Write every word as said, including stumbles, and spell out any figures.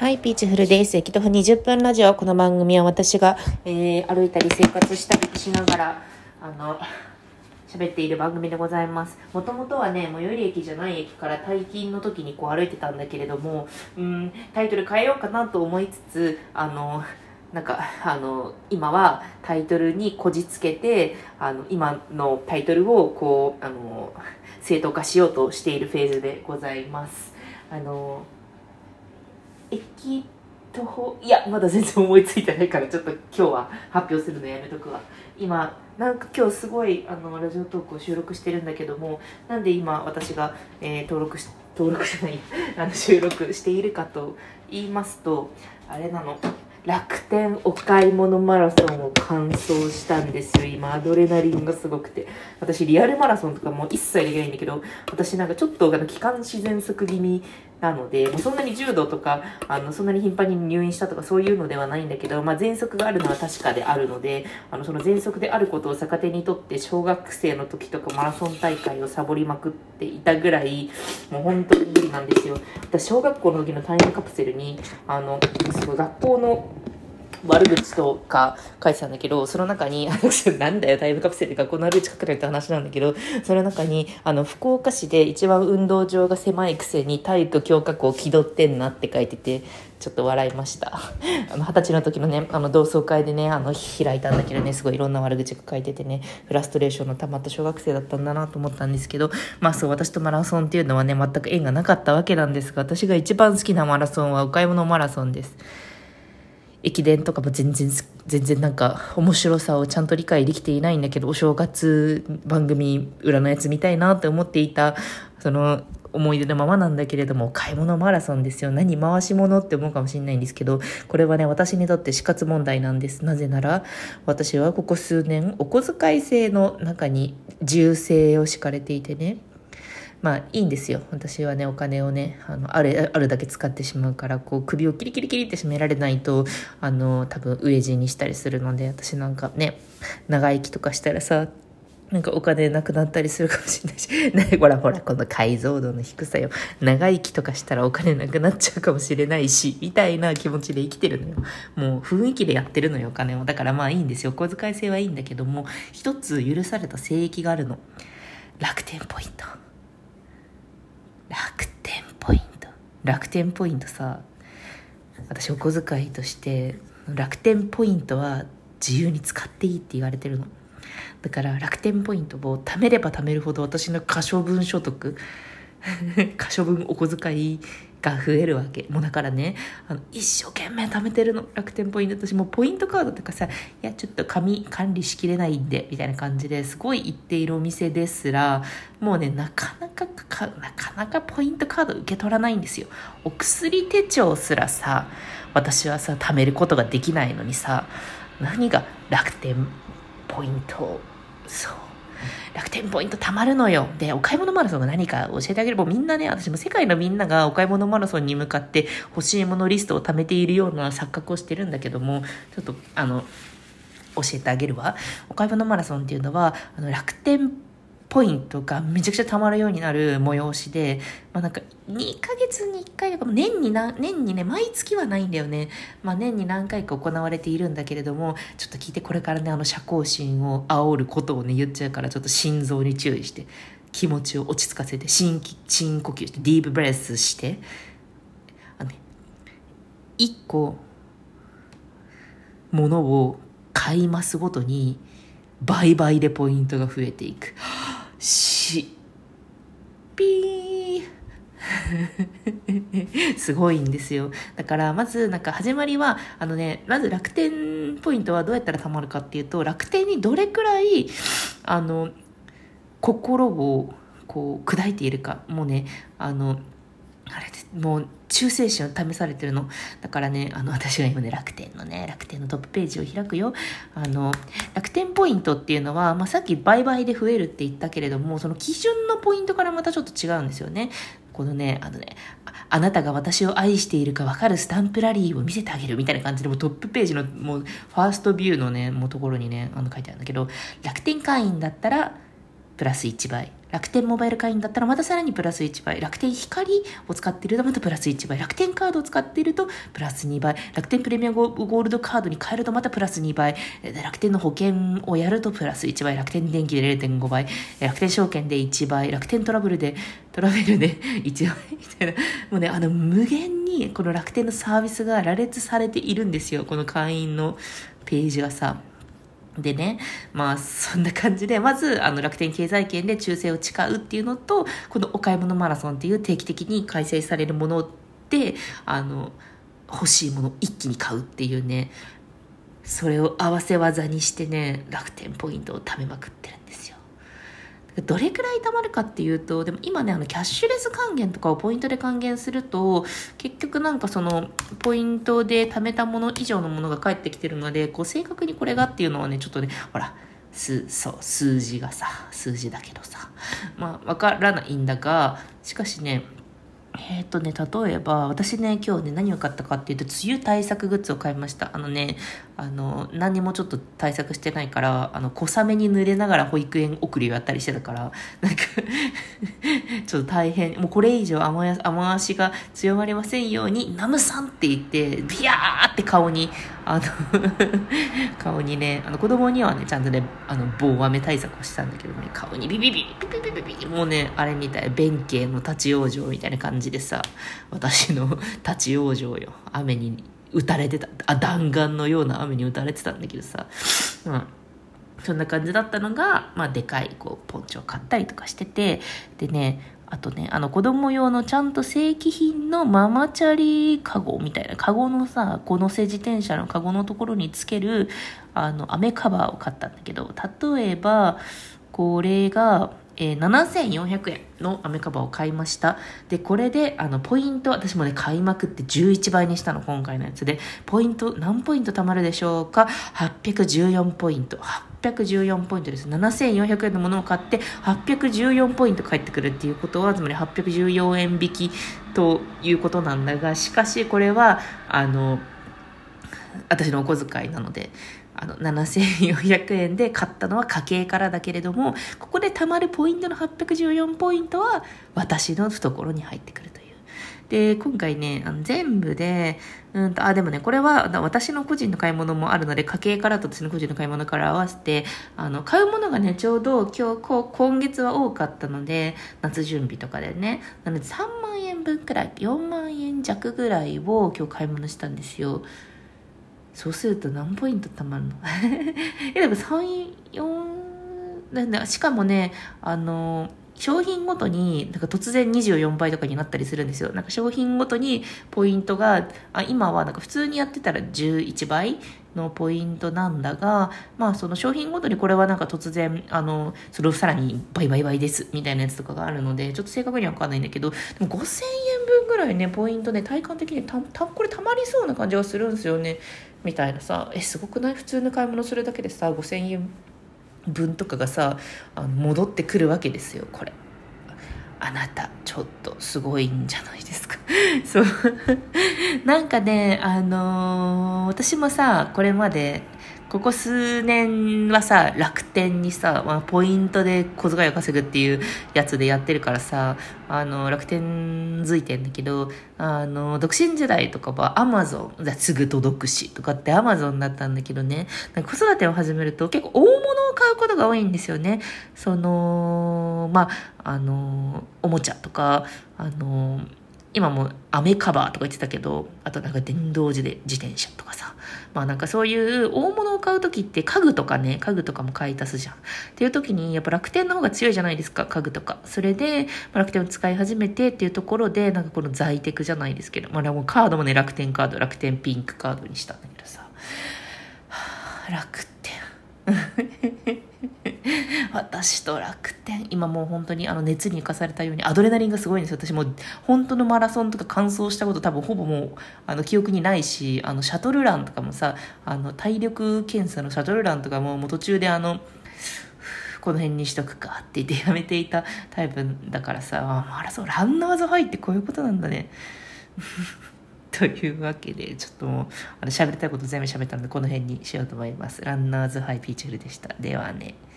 はい、ピーチフルです。駅徒歩にじゅっぷんラジオ。この番組は私が、えー、歩いたり生活したりしながら、あの、喋っている番組でございます。もともとはね、最寄り駅じゃない駅から退勤の時にこう歩いてたんだけれども、うん、タイトル変えようかなと思いつつ、あの、なんか、あの、今はタイトルにこじつけて、あの、今のタイトルをこう、あの、正当化しようとしているフェーズでございます。あの、駅徒歩、いや、まだ全然思いついてないから、ちょっと今日は発表するのやめとくわ。今、なんか今日すごい、あの、ラジオトークを収録してるんだけども、なんで今私が、えー、登録し、登録じゃない、あの、収録しているかと言いますと、あれなの、楽天お買い物マラソンを完走したんですよ。今アドレナリンがすごくて、私リアルマラソンとかも一切できないんだけど、私なんかちょっとあの気管支喘息気味なので、もうそんなに重度とかあのそんなに頻繁に入院したとかそういうのではないんだけど、まあ喘息があるのは確かであるので、あのその喘息であることを逆手にとって小学生の時とかマラソン大会をサボりまくっていたぐらい、もう本当に無理なんですよ。私小学校の時のタイムカプセルにあのすごい学校の悪口とか書いてたんだけど、その中に、なんだよ、タイムカプセルで学校の悪口書くなよって話なんだけど、その中に、あの、福岡市で一番運動場が狭いくせに体育強化校を気取ってんなって書いてて、ちょっと笑いました。あの、二十歳の時のね、あの、同窓会でね、あの、開いたんだけどね、すごいいろんな悪口が書いててね、フラストレーションの溜まった小学生だったんだなと思ったんですけど、まあそう、私とマラソンっていうのはね、全く縁がなかったわけなんですが、私が一番好きなマラソンはお買い物マラソンです。駅伝とかも全然全然なんか面白さをちゃんと理解できていないんだけど、お正月番組裏のやつ見たいなって思っていたその思い出のままなんだけれども、買い物マラソンですよ。何回し物って思うかもしれないんですけど、これはね、私にとって死活問題なんです。なぜなら私はここ数年お小遣い制の中に銃声を敷かれていてね、まあいいんですよ。私はね、お金をね、あの、ある、あるだけ使ってしまうから、こう、首をキリキリキリって締められないと、あの、多分、飢え死にしたりするので、私なんかね、長生きとかしたらさ、なんかお金なくなったりするかもしれないし、ね、ほらほら、この解像度の低さよ。長生きとかしたらお金なくなっちゃうかもしれないし、みたいな気持ちで生きてるのよ。もう雰囲気でやってるのよ、お金を。だからまあいいんですよ。お小遣い制はいいんだけども、一つ許された聖域があるの。楽天ポイント。楽天ポイント楽天ポイントさ、私お小遣いとして楽天ポイントは自由に使っていいって言われてるの。だから楽天ポイントを貯めれば貯めるほど私の可処分所得可処分お小遣いが増えるわけ。もうだからね、あの一生懸命貯めてるの、楽天ポイント。私もうポイントカードとかさ、いやちょっと紙管理しきれないんでみたいな感じですごい言っているお店ですら、もうね、なかなかかなかなかポイントカード受け取らないんですよ。お薬手帳すらさ、私はさ貯めることができないのにさ、何が楽天ポイント。そう楽天ポイント貯まるのよ。で、お買い物マラソンが何か教えてあげれば、みんなね、私も世界のみんながお買い物マラソンに向かって欲しいものリストを貯めているような錯覚をしてるんだけども、ちょっとあの教えてあげるわ。お買い物マラソンっていうのはあの楽天ポイントがめちゃくちゃ貯まるようになる催しで、まあなんかにかげつにいっかいとか年にな年にね毎月はないんだよね。まあ年に何回か行われているんだけれども、ちょっと聞いて、これからね、あの社交心を煽ることをね言っちゃうから、ちょっと心臓に注意して気持ちを落ち着かせて深深呼吸してディープブレスして、あのね、いっこ物を買いますごとに倍々でポイントが増えていく。しピーすごいんですよ。だからまずなんか始まりはあのね、まず楽天ポイントはどうやったら貯まるかっていうと、楽天にどれくらいあの心をこう砕いているか。もうね、あのあれでもう忠誠心を試されてるの。だからね、あの私が今ね楽天のね楽天のトップページを開くよ。あの楽天ポイントっていうのは、まあ、さっき倍々で増えるって言ったけれども、その基準のポイントからまたちょっと違うんですよね。このね、あのね、あ、あなたが私を愛しているか分かるスタンプラリーを見せてあげるみたいな感じで、もうトップページのもうファーストビューのねもうところにね、あの書いてあるんだけど、楽天会員だったらプラスいちばい、 楽天モバイル会員だったらまたさらにプラスいちばい、楽天光を使っているとまたプラスいちばい、楽天カードを使っているとプラスにばい、楽天プレミアムゴールドカードに変えるとまたプラスにばい、楽天の保険をやるとプラスいちばい、楽天電気で れいてんごばい、楽天証券でいちばい、楽天トラブルでトラベルでいちばいみたいな、もうね、あの無限にこの楽天のサービスが羅列されているんですよ、この会員のページがさ。でね、まあそんな感じで、まずあの楽天経済圏で抽選を誓うっていうのと、このお買い物マラソンっていう定期的に開催されるもので、あの欲しいものを一気に買うっていうね、それを合わせ技にしてね、楽天ポイントを貯めまくってるんですよ。どれくらい貯まるかっていうと、でも今ね、あのキャッシュレス還元とかをポイントで還元すると、結局なんかそのポイントで貯めたもの以上のものが返ってきてるので、こう正確にこれがっていうのはね、ちょっとね、ほら、すそう数字がさ、数字だけどさ、まあわからないんだが、しかしね、えーっとね、例えば、私ね、今日ね、何を買ったかっていうと、梅雨対策グッズを買いました。あのね、あの、何にもちょっと対策してないから、あの、小雨に濡れながら保育園送りをやったりしてたから、なんかちょっと大変。もうこれ以上雨や雨足が強まりませんように、ナムさんって言って、ビヤーって顔に、あの顔にね、あの子供にはね、ちゃんとね、あの、棒雨対策をしたんだけどね、顔にビビビビビビビビビ、もうね、あれみたい、弁慶の立ち往生みたいな感じでさ、私の立ち往生よ。雨に打たれてた。あ、弾丸のような雨に打たれてたんだけどさ、うん。そんな感じだったのが、まあ、でかい、こう、ポンチを買ったりとかしてて、でね、あとね、あの子供用のちゃんと正規品のママチャリカゴみたいな、カゴのさ、このせ自転車のカゴのところにつける、あの、雨カバーを買ったんだけど、例えば、これが、えー、ななせんよんひゃくえんの雨カバーを買いました。で、これで、あの、ポイント、私もね、買いまくってじゅういちばいにしたの、今回のやつで。ポイント、何ポイント貯まるでしょうか？ はっぴゃくじゅうよん ポイント。はっぴゃくじゅうよんポイントです。ななせんよんひゃくえんのものを買って、はっぴゃくじゅうよんポイント返ってくるっていうことは、つまりはっぴゃくじゅうよえん引きということなんだが、しかしこれは、あの、私のお小遣いなので、あのななせんよんひゃくえんで買ったのは家計からだけれども、ここで貯まるポイントのはっぴゃくじゅうよんポイントは私の懐に入ってくるという。で、今回ね、あの全部で、うんと、あ、でもね、これは私の個人の買い物もあるので、家計からと私の個人の買い物から合わせて、あの、買うものがね、ちょうど今日、こう今月は多かったので、夏準備とかでね、なのでさんまんえんぶんくらい、よんまんえん弱ぐらいを今日買い物したんですよ。そうすると何ポイント貯まるのえ、でもさん、よん、なんだ、しかもね、あの、商品ごとに、なんか突然にじゅうよんばいとかになったりするんですよ。なんか商品ごとにポイントが、あ、今はなんか普通にやってたらじゅういちばいのポイントなんだが、まあその商品ごとにこれはなんか突然、あの、それをさらに倍倍倍です、みたいなやつとかがあるので、ちょっと正確にはわかんないんだけど、でもごせんえんぶんぐらいね、ポイントね、体感的にた、た、これたまりそうな感じがするんですよね。みたいなさ、え、すごくない？普通の買い物するだけでさ、ごせんえんぶんとかがさ、あの戻ってくるわけですよ、これ。あなた、ちょっとすごいんじゃないですか。そう。なんかね、あのー、私もさ、これまで、ここ数年はさ、楽天にさ、まあ、ポイントで小遣いを稼ぐっていうやつでやってるからさ、あの、楽天づいてんだけど、あの、独身時代とかはアマゾン、すぐ届くしとかってアマゾンだったんだけどね、なんか子育てを始めると結構大物を買うことが多いんですよね。その、まあ、あの、おもちゃとか、あの、今も雨カバーとか言ってたけど、あとなんか電動自転車とかさ、まあなんかそういう大物を買うときって家具とかね、家具とかも買い足すじゃん。っていうときにやっぱ楽天の方が強いじゃないですか、家具とか。それで、まあ、楽天を使い始めてっていうところで、なんかこの在テクじゃないですけど、まあもうカードもね、楽天カード、楽天ピンクカードにしたんだけどさ、はあ、楽天。私と楽天、今もう本当にあの熱に浮かされたようにアドレナリンがすごいんですよ。私もう本当のマラソンとか完走したこと多分ほぼもうあの記憶にないし、あのシャトルランとかもさ、あの体力検査のシャトルランとかももう途中であのこの辺にしとくかって言ってやめていたタイプだからさ、マラソンランナーズハイってこういうことなんだね。というわけで、ちょっともうあの喋りたいこと全部喋ったのでこの辺にしようと思います。ランナーズハイピーチフルでした。ではね。